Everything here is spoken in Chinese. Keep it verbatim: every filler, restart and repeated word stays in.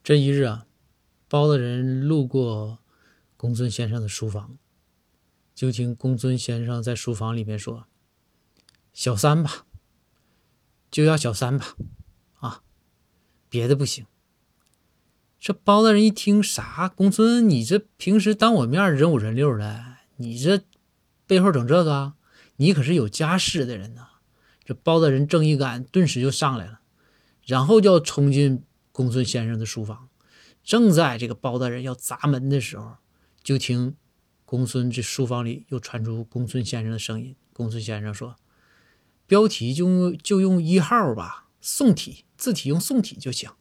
这一日啊，包大人路过公孙先生的书房，就听公孙先生在书房里面说：“小三吧，就要小三吧，啊，别的不行。”这包大人一听，啥？公孙，你这平时当我面人五人六的，你这背后整这个啊？你可是有家室的人呐！这包大人正义感顿时就上来了，然后就要冲进公孙先生的书房。正在这个包大人要砸门的时候，就听公孙这书房里又传出公孙先生的声音。公孙先生说：“标题就就用一号吧，宋体字体用宋体就行。”